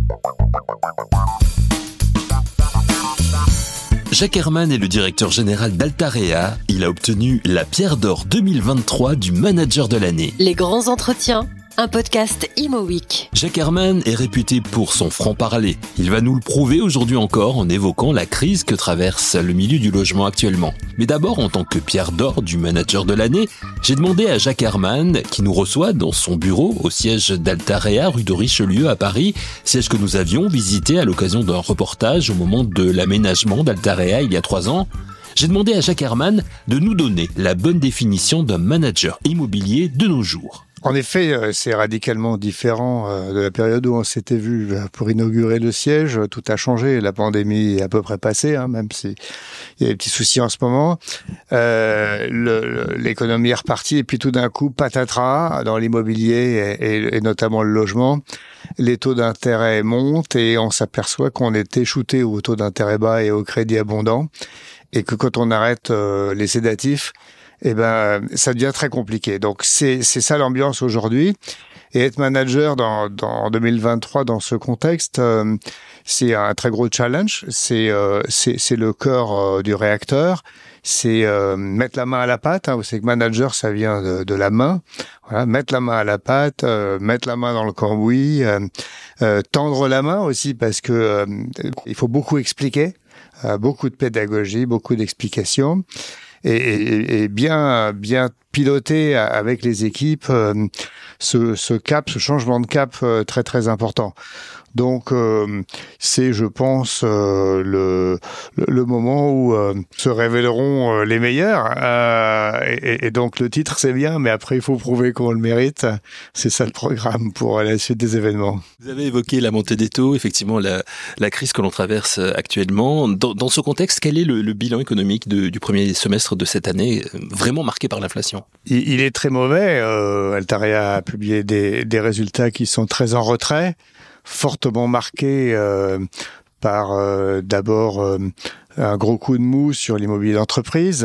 Jacques Herman est le directeur général d'Altarea. Il a obtenu la Pierre d'Or 2023 du manager de l'année. Les grands entretiens, un podcast Imo Week. Jacques Herman est réputé pour son franc-parler. Il va nous le prouver aujourd'hui encore en évoquant la crise que traverse le milieu du logement actuellement. Mais d'abord, en tant que Pierre d'Or du manager de l'année, j'ai demandé à Jacques Herman, qui nous reçoit dans son bureau au siège d'Altarea, rue de Richelieu à Paris, siège que nous avions visité à l'occasion d'un reportage au moment de l'aménagement d'Altarea il y a 3 ans. J'ai demandé à Jacques Herman de nous donner la bonne définition d'un manager immobilier de nos jours. En effet, c'est radicalement différent de la période où on s'était vu pour inaugurer le siège. Tout a changé. La pandémie est à peu près passée, même s'il y a des petits soucis en ce moment. L'économie est repartie et puis tout d'un coup, patatras, dans l'immobilier et notamment le logement, les taux d'intérêt montent et on s'aperçoit qu'on était shooté au taux d'intérêt bas et au crédit abondant et que quand on arrête les sédatifs, ça devient très compliqué. Donc, c'est ça l'ambiance aujourd'hui. Et être manager en 2023 dans ce contexte, c'est un très gros challenge. C'est le cœur du réacteur. C'est mettre la main à la pâte. Vous savez que manager, ça vient de la main. Voilà, mettre la main à la pâte, mettre la main dans le cambouis, tendre la main aussi parce que il faut beaucoup expliquer, beaucoup de pédagogie, beaucoup d'explications. Et bien piloter avec les équipes ce changement de cap très très important. Donc c'est, je pense, le moment où se révéleront les meilleurs. Et donc le titre c'est bien, mais après il faut prouver qu'on le mérite. C'est ça le programme pour la suite des événements. Vous avez évoqué la montée des taux, effectivement la crise que l'on traverse actuellement. Dans ce contexte, quel est le bilan économique du premier semestre de cette année, vraiment marqué par l'inflation? Il est très mauvais. Altarea a publié des résultats qui sont très en retrait, fortement marqués par d'abord un gros coup de mou sur l'immobilier d'entreprise.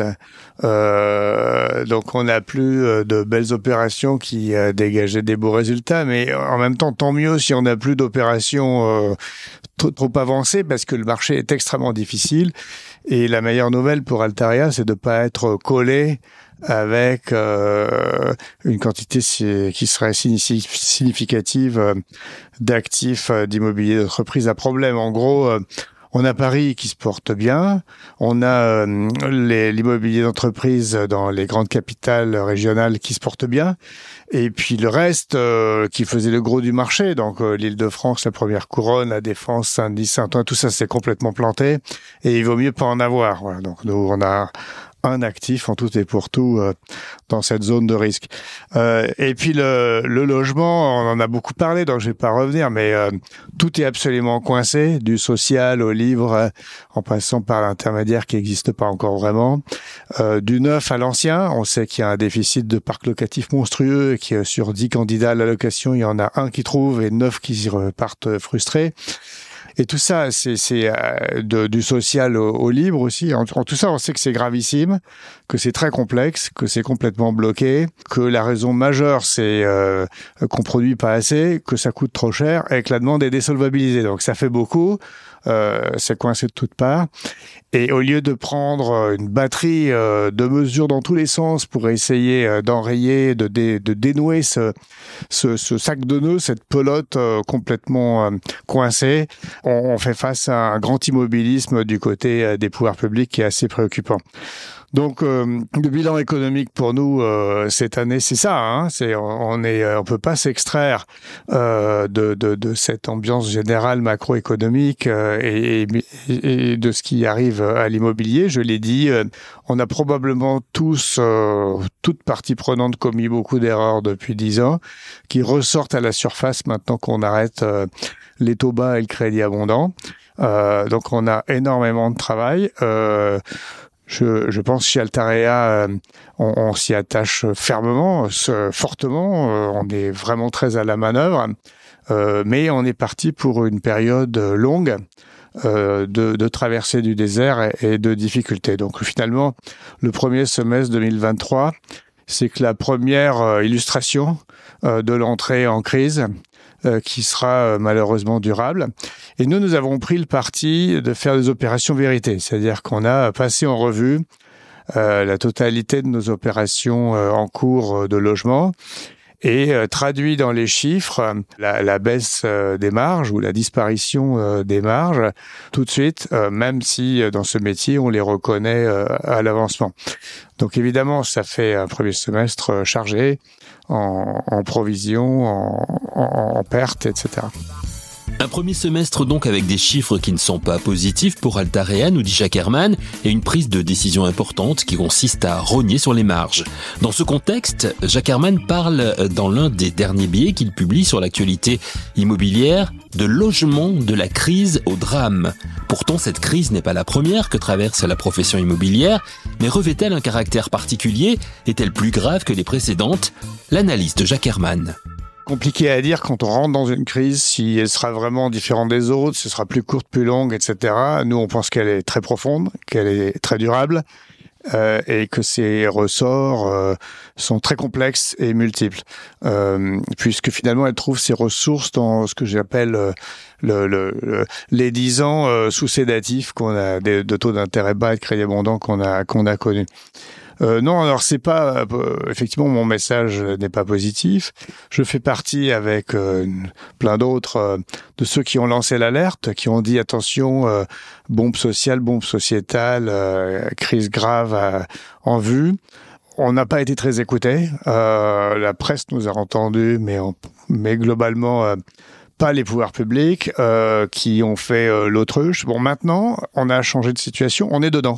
Donc on n'a plus de belles opérations qui dégageaient des beaux résultats, mais en même temps, tant mieux si on n'a plus d'opérations trop avancées, parce que le marché est extrêmement difficile. Et la meilleure nouvelle pour Altarea, c'est de ne pas être collé avec une quantité qui serait significative d'actifs d'immobilier d'entreprise à problème. En gros, on a Paris qui se porte bien, on a l'immobilier d'entreprise dans les grandes capitales régionales qui se porte bien, et puis le reste qui faisait le gros du marché, donc l'Île-de-France, la Première Couronne, la Défense, Saint-Denis, Saint-Ouen, tout ça c'est complètement planté, et il vaut mieux pas en avoir. Voilà. Donc nous on a un actif en tout et pour tout dans cette zone de risque. Et puis le logement, on en a beaucoup parlé, donc je vais pas revenir, mais tout est absolument coincé, du social au livre, en passant par l'intermédiaire qui n'existe pas encore vraiment, du neuf à l'ancien. On sait qu'il y a un déficit de parc locatif monstrueux et que sur 10 candidats à l'allocation, il y en a un qui trouve et 9 qui repartent frustrés. Et tout ça, c'est du social au libre aussi. En tout ça, on sait que c'est gravissime, que c'est très complexe, que c'est complètement bloqué, que la raison majeure, c'est qu'on produit pas assez, que ça coûte trop cher et que la demande est désolvabilisée. Donc ça fait beaucoup, c'est coincé de toutes parts. Et au lieu de prendre une batterie de mesures dans tous les sens pour essayer d'enrayer, de dénouer ce sac de nœuds, cette pelote complètement coincée, on fait face à un grand immobilisme du côté des pouvoirs publics qui est assez préoccupant. Donc le bilan économique pour nous cette année, c'est ça. On peut pas s'extraire de cette ambiance générale macroéconomique et de ce qui arrive à l'immobilier. Je l'ai dit, on a probablement tous, toutes parties prenantes, commis beaucoup d'erreurs depuis 10 ans, qui ressortent à la surface maintenant qu'on arrête les taux bas et le crédit abondant. Donc on a énormément de travail. Je pense chez Altarea, on s'y attache fermement, fortement. On est vraiment très à la manœuvre, mais on est parti pour une période longue de traversée du désert et de difficultés. Donc finalement, le premier semestre 2023, c'est que la première illustration de l'entrée en crise qui sera malheureusement durable. Et nous avons pris le parti de faire des opérations vérité, c'est-à-dire qu'on a passé en revue la totalité de nos opérations en cours de logement et traduit dans les chiffres la baisse des marges ou la disparition des marges tout de suite, même si dans ce métier on les reconnaît à l'avancement. Donc évidemment, ça fait un premier semestre chargé en provisions, en pertes, etc. Un premier semestre donc avec des chiffres qui ne sont pas positifs pour Altarea, nous dit Jacques Herman, et une prise de décision importante qui consiste à rogner sur les marges. Dans ce contexte, Jacques Herman parle dans l'un des derniers billets qu'il publie sur l'actualité immobilière de logement de la crise au drame. Pourtant, cette crise n'est pas la première que traverse la profession immobilière, mais revêt-elle un caractère particulier? Est-elle plus grave que les précédentes? L'analyse de Jacques Herman. Compliqué à dire quand on rentre dans une crise, si elle sera vraiment différente des autres, ce sera plus courte, plus longue, etc. Nous, on pense qu'elle est très profonde, qu'elle est très durable, et que ses ressorts sont très complexes et multiples, puisque finalement, elle trouve ses ressources dans ce que j'appelle les 10 ans sous sédatifs qu'on a, de taux d'intérêt bas et de crédit abondant qu'on a connus. Non, alors c'est pas effectivement mon message n'est pas positif. Je fais partie avec plein d'autres de ceux qui ont lancé l'alerte, qui ont dit attention, bombe sociale, bombe sociétale, crise grave en vue. On n'a pas été très écoutés. La presse nous a entendus, mais globalement pas les pouvoirs publics qui ont fait l'autruche. Bon, maintenant, on a changé de situation. On est dedans.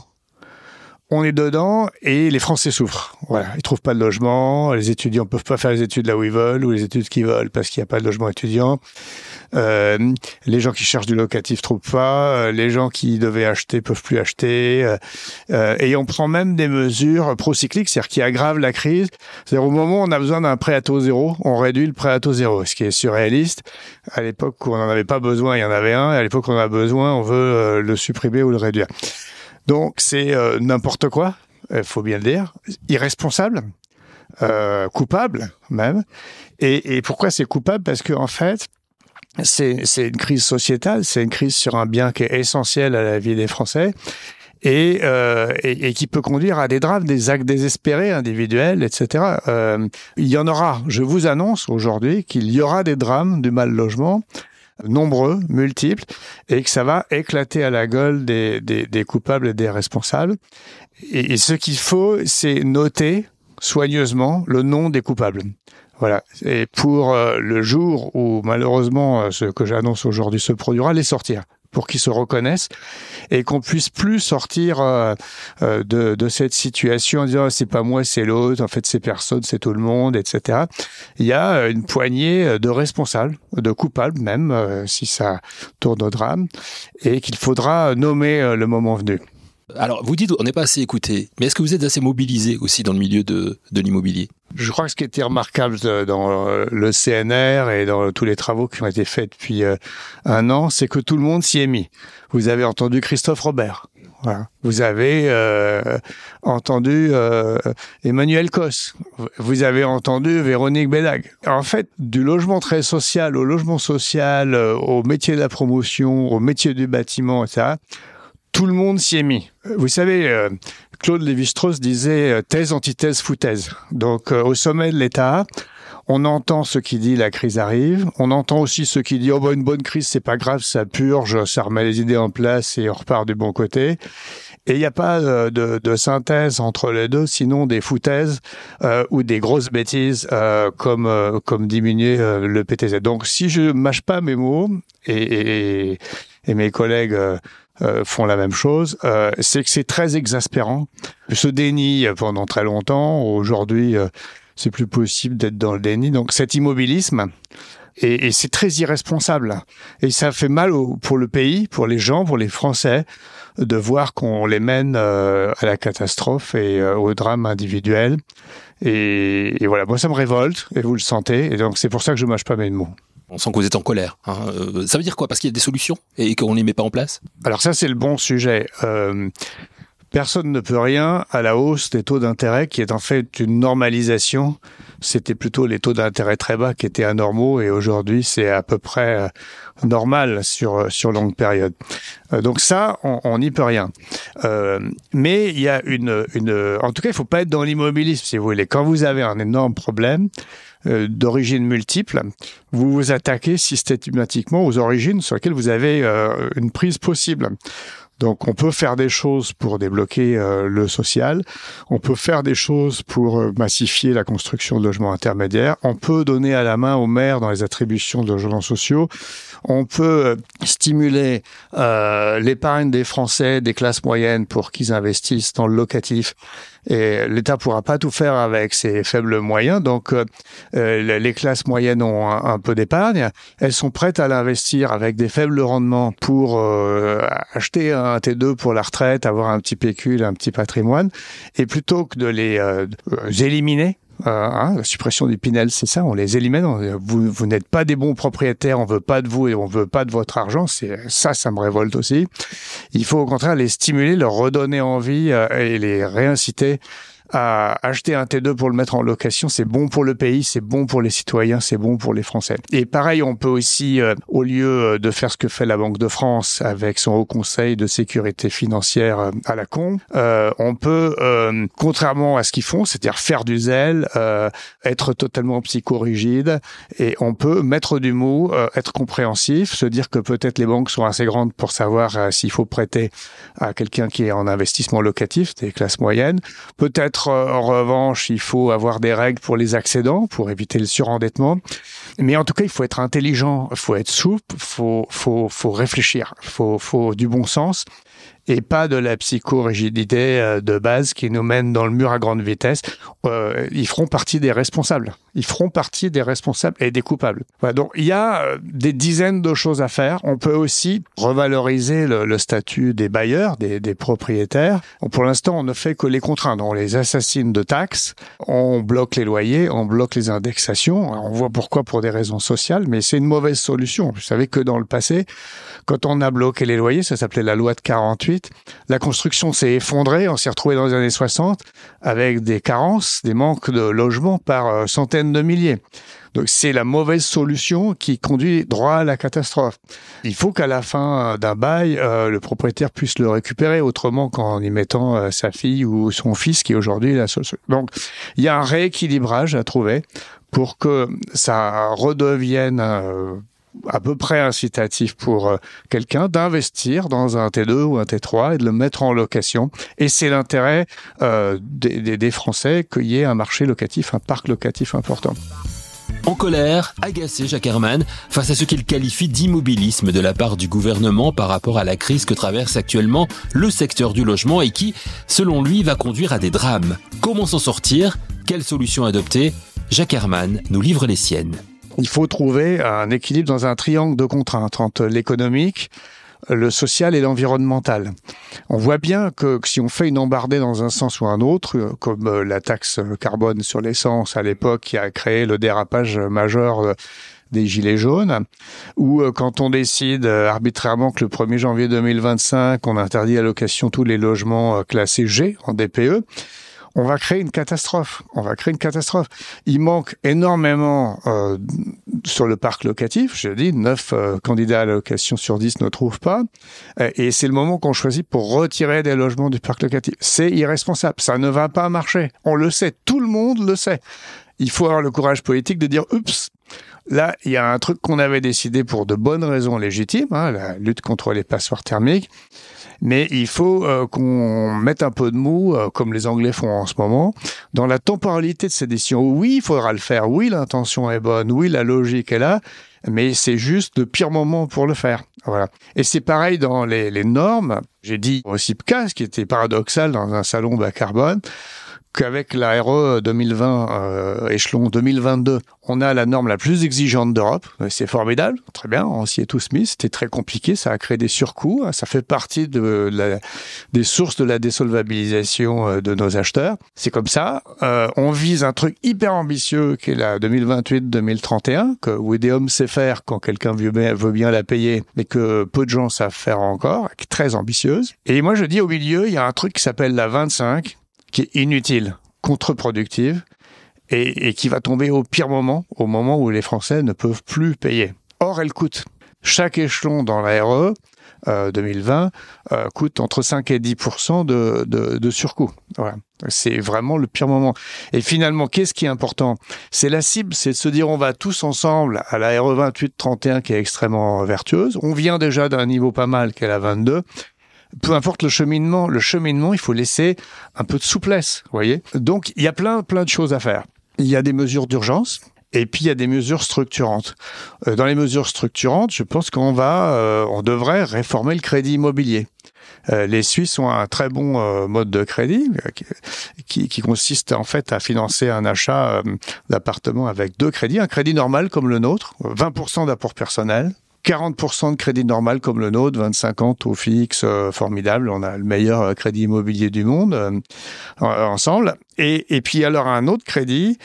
Et les Français souffrent. Voilà, ils trouvent pas de logement, les étudiants peuvent pas faire les études là où ils veulent ou les études qu'ils veulent parce qu'il y a pas de logement étudiant. Les gens qui cherchent du locatif trouvent pas, les gens qui devaient acheter peuvent plus acheter. Et on prend même des mesures procycliques, c'est-à-dire qui aggravent la crise. C'est-à-dire au moment où on a besoin d'un prêt à taux zéro, on réduit le prêt à taux zéro, ce qui est surréaliste. À l'époque où on n'en avait pas besoin, il y en avait un. Et à l'époque où on en a besoin, on veut le supprimer ou le réduire. Donc c'est n'importe quoi, il faut bien le dire, irresponsable, coupable même. Et pourquoi c'est coupable? Parce que en fait, c'est une crise sociétale, c'est une crise sur un bien qui est essentiel à la vie des Français et qui peut conduire à des drames, des actes désespérés, individuels, etc. Il y en aura. Je vous annonce aujourd'hui qu'il y aura des drames du mal logement. Nombreux, multiples, et que ça va éclater à la gueule des coupables et des responsables. Et ce qu'il faut, c'est noter soigneusement le nom des coupables. Voilà. Et pour le jour où, malheureusement, ce que j'annonce aujourd'hui se produira, les sortir. Pour qu'ils se reconnaissent et qu'on puisse plus sortir de cette situation en disant c'est pas moi, c'est l'autre, en fait c'est personne, c'est tout le monde, etc. Il y a une poignée de responsables, de coupables même, si ça tourne au drame, et qu'il faudra nommer le moment venu. Alors, vous dites on n'est pas assez écouté, mais est-ce que vous êtes assez mobilisé aussi dans le milieu de l'immobilier? Je crois que ce qui était remarquable dans le CNR et dans tous les travaux qui ont été faits depuis un an, c'est que tout le monde s'y est mis. Vous avez entendu Christophe Robert. Voilà. Vous avez entendu Emmanuel Cos. Vous avez entendu Véronique Bédag. En fait, du logement très social au logement social, au métier de la promotion, au métier du bâtiment, etc., tout le monde s'y est mis. Vous savez, Claude Lévi-Strauss disait thèse, antithèse, foutaise. Donc, au sommet de l'État, on entend ce qui dit la crise arrive. On entend aussi ce qui dit une bonne crise, c'est pas grave, ça purge, ça remet les idées en place et on repart du bon côté. Et il n'y a pas de synthèse entre les deux, sinon des foutaises ou des grosses bêtises comme diminuer le PTZ. Donc, si je mâche pas mes mots et mes collègues font la même chose, c'est que c'est très exaspérant. Ce déni pendant très longtemps, aujourd'hui, c'est plus possible d'être dans le déni. Donc cet immobilisme, et c'est très irresponsable. Et ça fait mal pour le pays, pour les gens, pour les Français, de voir qu'on les mène à la catastrophe et au drame individuel. Et voilà, moi ça me révolte, et vous le sentez, et donc c'est pour ça que je mâche pas mes mots. On sent que vous êtes en colère. Hein. Ça veut dire quoi? Parce qu'il y a des solutions et qu'on ne les met pas en place? Alors ça, c'est le bon sujet. personne ne peut rien à la hausse des taux d'intérêt qui est en fait une normalisation. C'était plutôt les taux d'intérêt très bas qui étaient anormaux et aujourd'hui c'est à peu près normal sur longue période. Donc ça, on n'y peut rien. Mais il y a en tout cas, il faut pas être dans l'immobilisme, si vous voulez. Quand vous avez un énorme problème d'origine multiple, vous vous attaquez systématiquement aux origines sur lesquelles vous avez une prise possible. Donc, on peut faire des choses pour débloquer le social. On peut faire des choses pour massifier la construction de logements intermédiaires. On peut donner à la main aux maires dans les attributions de logements sociaux. On peut stimuler l'épargne des Français, des classes moyennes pour qu'ils investissent dans le locatif. Et l'État pourra pas tout faire avec ses faibles moyens. Donc, les classes moyennes ont un peu d'épargne. Elles sont prêtes à l'investir avec des faibles rendements pour acheter un T2 pour la retraite, avoir un petit pécule, un petit patrimoine. Et plutôt que de les éliminer, la suppression du Pinel, c'est ça, on les élimine. Vous n'êtes pas des bons propriétaires, on veut pas de vous et on veut pas de votre argent. Ça me révolte aussi. Il faut au contraire les stimuler, leur redonner envie et les réinciter à acheter un T2 pour le mettre en location. C'est bon pour le pays, c'est bon pour les citoyens, c'est bon pour les Français. Et pareil, on peut aussi, au lieu de faire ce que fait la Banque de France avec son Haut Conseil de sécurité financière à la con, on peut, contrairement à ce qu'ils font, c'est-à-dire faire du zèle, être totalement psychorigide, et on peut mettre du mou, être compréhensif, se dire que peut-être les banques sont assez grandes pour savoir s'il faut prêter à quelqu'un qui est en investissement locatif, des classes moyennes. Peut-être en revanche, il faut avoir des règles pour les accédants, pour éviter le surendettement. Mais en tout cas, il faut être intelligent, il faut être souple, faut réfléchir, faut du bon sens et pas de la psychorigidité de base qui nous mène dans le mur à grande vitesse. Ils feront partie des responsables. Ils feront partie des responsables et des coupables. Voilà, donc il y a des dizaines de choses à faire. On peut aussi revaloriser le statut des bailleurs, des propriétaires. Bon, pour l'instant, on ne fait que les contraindre. On les assassine de taxes, on bloque les loyers, on bloque les indexations. On voit pourquoi, pour des raisons sociales, mais c'est une mauvaise solution. Vous savez que dans le passé, quand on a bloqué les loyers, ça s'appelait la loi de 48, la construction s'est effondrée, on s'est retrouvé dans les années 60 avec des carences, des manques de logements par centaines de milliers. Donc c'est la mauvaise solution qui conduit droit à la catastrophe. Il faut qu'à la fin d'un bail, le propriétaire puisse le récupérer autrement qu'en y mettant sa fille ou son fils qui est aujourd'hui la seule solution. Donc il y a un rééquilibrage à trouver pour que ça redevienne à peu près incitatif pour quelqu'un d'investir dans un T2 ou un T3 et de le mettre en location. Et c'est l'intérêt des Français qu'il y ait un marché locatif, un parc locatif important. En colère, agacé Jacques Herman face à ce qu'il qualifie d'immobilisme de la part du gouvernement par rapport à la crise que traverse actuellement le secteur du logement et qui, selon lui, va conduire à des drames. Comment s'en sortir ? Quelles solutions adopter ? Jacques Herman nous livre les siennes. Il faut trouver un équilibre dans un triangle de contraintes entre l'économique, le social et l'environnemental. On voit bien que si on fait une embardée dans un sens ou un autre, comme la taxe carbone sur l'essence à l'époque qui a créé le dérapage majeur des gilets jaunes, ou quand on décide arbitrairement que le 1er janvier 2025, on interdit la location tous les logements classés G en DPE, on va créer une catastrophe. Il manque énormément sur le parc locatif. Je dis 9 candidats à la location sur 10 ne trouvent pas. Et c'est le moment qu'on choisit pour retirer des logements du parc locatif. C'est irresponsable. Ça ne va pas marcher. On le sait. Tout le monde le sait. Il faut avoir le courage politique de dire « Oups !» Là, il y a un truc qu'on avait décidé pour de bonnes raisons légitimes, la lutte contre les passoires thermiques. Mais il faut qu'on mette un peu de mou, comme les Anglais font en ce moment, dans la temporalité de ces décisions. Oui, il faudra le faire. Oui, l'intention est bonne. Oui, la logique est là. Mais c'est juste le pire moment pour le faire. Voilà. Et c'est pareil dans les normes. J'ai dit au CIPCA, ce qui était paradoxal dans un salon bas carbone, qu'avec la RE 2020, échelon 2022, on a la norme la plus exigeante d'Europe. C'est formidable, très bien, on s'y est tous mis. C'était très compliqué, ça a créé des surcoûts. Ça fait partie des sources de la désolvabilisation de nos acheteurs. C'est comme ça. On vise un truc hyper ambitieux qui est la 2028-2031, que Wideom sait faire quand quelqu'un veut bien la payer, mais que peu de gens savent faire encore, qui est très ambitieuse. Et moi, je dis au milieu, il y a un truc qui s'appelle la 25, qui est inutile, contre-productive, et qui va tomber au pire moment, au moment où les Français ne peuvent plus payer. Or, elle coûte. Chaque échelon dans la RE 2020 coûte entre 5 et 10% de surcoût. Voilà. C'est vraiment le pire moment. Et finalement, qu'est-ce qui est important ? C'est la cible, c'est de se dire on va tous ensemble à la RE 28-31 qui est extrêmement vertueuse. On vient déjà d'un niveau pas mal qui est la 22. Peu importe le cheminement, il faut laisser un peu de souplesse, vous voyez. Donc, il y a plein de choses à faire. Il y a des mesures d'urgence et puis il y a des mesures structurantes. Dans les mesures structurantes, je pense qu'on devrait réformer le crédit immobilier. Les Suisses ont un très bon mode de crédit qui consiste en fait à financer un achat d'appartement avec 2 crédits. Un crédit normal comme le nôtre, 20% d'apport personnel, 40% de crédit normal comme le nôtre, 25 ans, taux fixe, formidable. On a le meilleur crédit immobilier du monde ensemble. Et puis alors un autre crédit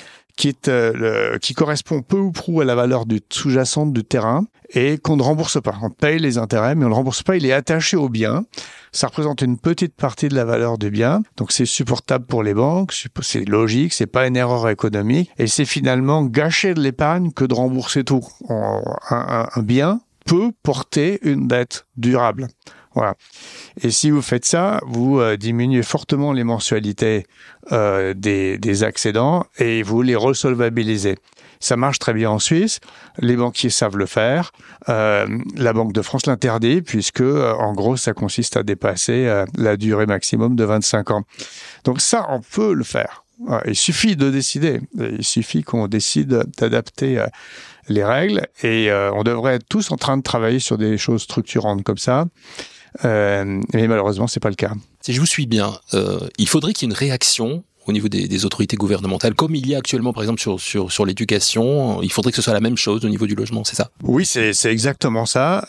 qui correspond peu ou prou à la valeur sous-jacente du terrain et qu'on ne rembourse pas. On paye les intérêts, mais on ne le rembourse pas. Il est attaché au bien. Ça représente une petite partie de la valeur du bien. Donc, c'est supportable pour les banques. C'est logique. C'est pas une erreur économique. Et c'est finalement gâcher de l'épargne que de rembourser tout. Un bien peut porter une dette durable. Voilà. Et si vous faites ça, vous diminuez fortement les mensualités des accédants et vous les resolvabilisez. Ça marche très bien en Suisse. Les banquiers savent le faire. La Banque de France l'interdit puisque, en gros, ça consiste à dépasser la durée maximum de 25 ans. Donc ça, on peut le faire. Il suffit de décider. Il suffit qu'on décide d'adapter les règles et on devrait être tous en train de travailler sur des choses structurantes comme ça. Mais malheureusement, c'est pas le cas. Si je vous suis bien, il faudrait qu'il y ait une réaction au niveau des autorités gouvernementales, comme il y a actuellement, par exemple, sur l'éducation. Il faudrait que ce soit la même chose au niveau du logement, c'est ça ? Oui, c'est exactement ça.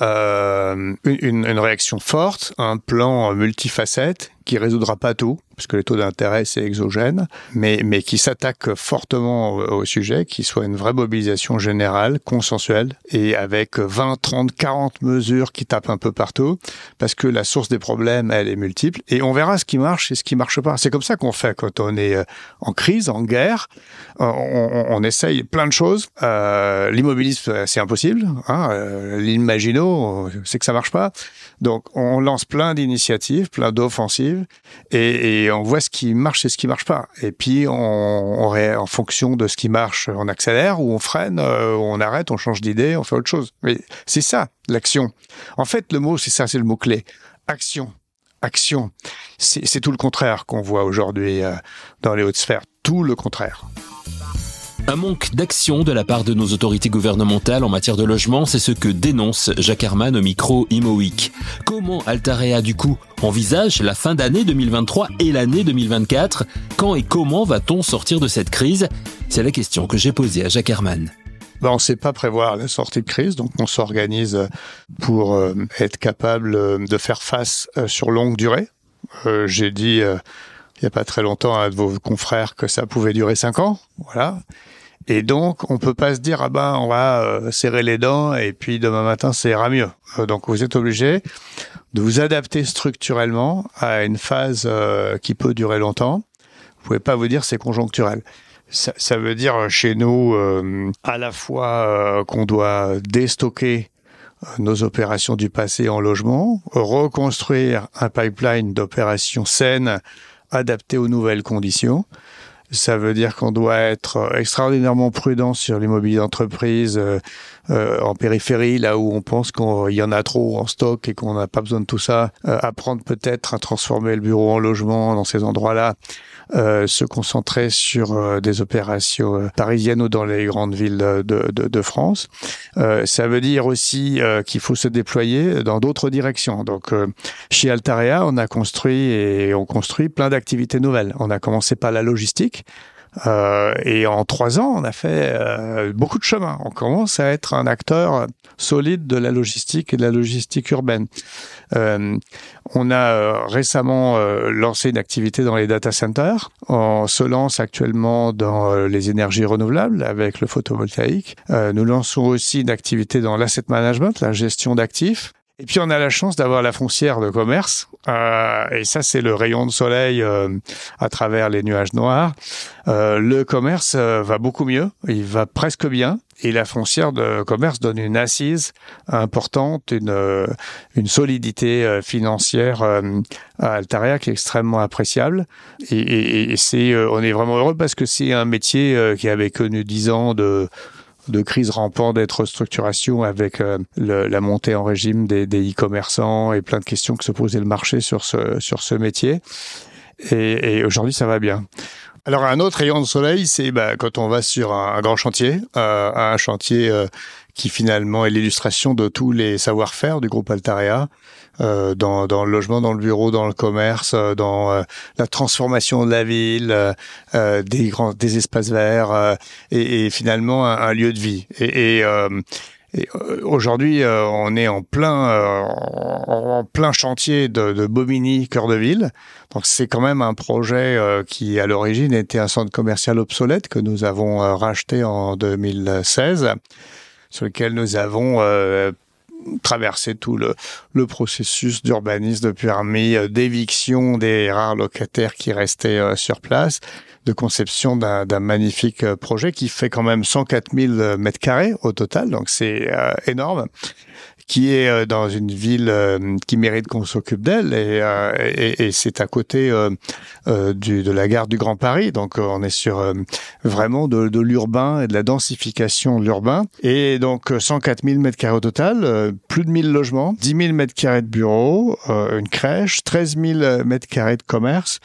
Une réaction forte, un plan multifacette qui résoudra pas tout, puisque les taux d'intérêt, c'est exogène, mais qui s'attaque fortement au sujet, qui soit une vraie mobilisation générale, consensuelle, et avec 20, 30, 40 mesures qui tapent un peu partout, parce que la source des problèmes, elle est multiple, et on verra ce qui marche et ce qui marche pas. C'est comme ça qu'on fait quand on est en crise, en guerre. On essaye plein de choses. L'immobilisme, c'est impossible. L'imagino, c'est que ça marche pas. Donc, on lance plein d'initiatives, plein d'offensives, et on voit ce qui marche et ce qui marche pas. Et puis, en fonction de ce qui marche, on accélère ou on freine, on arrête, on change d'idée, on fait autre chose. Mais c'est ça, l'action. En fait, le mot, c'est ça, c'est le mot-clé. Action. Action. C'est tout le contraire qu'on voit aujourd'hui dans les hautes sphères. Tout le contraire. Un manque d'action de la part de nos autorités gouvernementales en matière de logement, c'est ce que dénonce Jacques Herman au micro Imo Week. Comment Altarea, du coup, envisage la fin d'année 2023 et l'année 2024 ? Quand et comment va-t-on sortir de cette crise ? C'est la question que j'ai posée à Jacques Herman. On ne sait pas prévoir la sortie de crise, donc on s'organise pour être capable de faire face sur longue durée. J'ai dit il n'y a pas très longtemps à un de vos confrères que ça pouvait durer 5 ans, voilà. Et donc, on peut pas se dire, on va serrer les dents et puis demain matin, ça ira mieux. Donc, vous êtes obligé de vous adapter structurellement à une phase qui peut durer longtemps. Vous pouvez pas vous dire c'est conjoncturel. Ça veut dire chez nous à la fois qu'on doit déstocker nos opérations du passé en logement, reconstruire un pipeline d'opérations saines adaptées aux nouvelles conditions. Ça veut dire qu'on doit être extraordinairement prudent sur l'immobilier d'entreprise en périphérie, là où on pense qu'il y en a trop en stock et qu'on n'a pas besoin de tout ça. Apprendre peut-être à transformer le bureau en logement dans ces endroits-là. Se concentrer sur des opérations parisiennes ou dans les grandes villes de France. Ça veut dire aussi qu'il faut se déployer dans d'autres directions. Donc, chez Altarea, on construit plein d'activités nouvelles. On a commencé par la logistique. Et en 3 ans, on a fait beaucoup de chemin. On commence à être un acteur solide de la logistique et de la logistique urbaine. On a récemment lancé une activité dans les data centers. On se lance actuellement dans les énergies renouvelables avec le photovoltaïque. Nous lançons aussi une activité dans l'asset management, la gestion d'actifs. Et puis on a la chance d'avoir la foncière de commerce, et ça c'est le rayon de soleil à travers les nuages noirs. Le commerce va beaucoup mieux, il va presque bien, et la foncière de commerce donne une assise importante, une solidité financière à Altarea qui est extrêmement appréciable. Et on est vraiment heureux parce que c'est un métier qui avait connu 10 ans de crise rampante, de restructuration avec la montée en régime des e-commerçants et plein de questions que se posait le marché sur ce métier. Et aujourd'hui, ça va bien. Alors, un autre rayon de soleil, c'est quand on va sur un grand chantier, un chantier qui finalement est l'illustration de tous les savoir-faire du groupe Altarea, dans le logement, dans le bureau, dans le commerce, dans la transformation de la ville, des espaces verts, et finalement un lieu de vie. Et aujourd'hui, on est en plein chantier de Bobigny, cœur de ville. Donc c'est quand même un projet qui à l'origine était un centre commercial obsolète que nous avons racheté en 2016, sur lequel nous avons traversé tout le processus d'urbanisme, de permis, d'éviction des rares locataires qui restaient sur place, de conception d'un magnifique projet qui fait quand même 104 000 mètres carrés au total, donc c'est énorme, qui est dans une ville qui mérite qu'on s'occupe d'elle, et c'est à côté de la gare du Grand Paris, donc on est sur vraiment de l'urbain et de la densification de l'urbain, et donc 104 000 mètres carrés au total, plus de 1000 logements, 10 000 mètres carrés de bureaux, une crèche, 13 000 mètres carrés de commerce,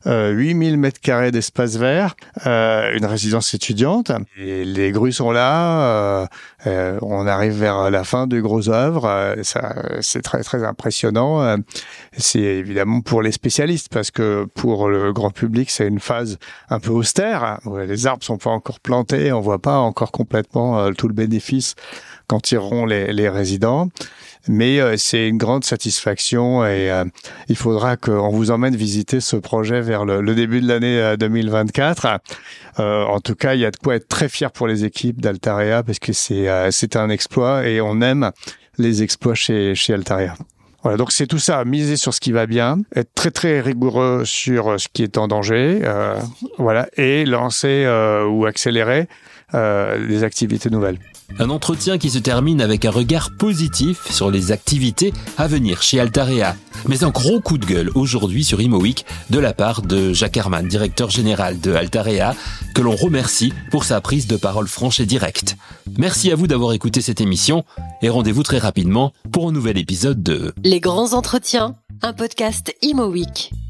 8 000 mètres carrés d'espace vert, une résidence étudiante, et les grues sont là, on arrive vers la fin du gros œuvre. C'est très très impressionnant. C'est évidemment pour les spécialistes, parce que pour le grand public c'est une phase un peu austère. Les arbres sont pas encore plantés, on voit pas encore complètement tout le bénéfice qu'en tireront les résidents. Mais c'est une grande satisfaction, et il faudra qu'on vous emmène visiter ce projet vers le début de l'année 2024. En tout cas, il y a de quoi être très fier pour les équipes d'Altarea, parce que c'est un exploit, et on aime les exploits chez Altarea. Voilà, donc c'est tout ça, miser sur ce qui va bien, être très très rigoureux sur ce qui est en danger, voilà, et lancer ou accélérer des activités nouvelles. Un entretien qui se termine avec un regard positif sur les activités à venir chez Altarea. Mais un gros coup de gueule aujourd'hui sur Imo Week de la part de Jacques Herman, directeur général de Altarea, que l'on remercie pour sa prise de parole franche et directe. Merci à vous d'avoir écouté cette émission, et rendez-vous très rapidement pour un nouvel épisode de Les grands entretiens, un podcast Imo Week.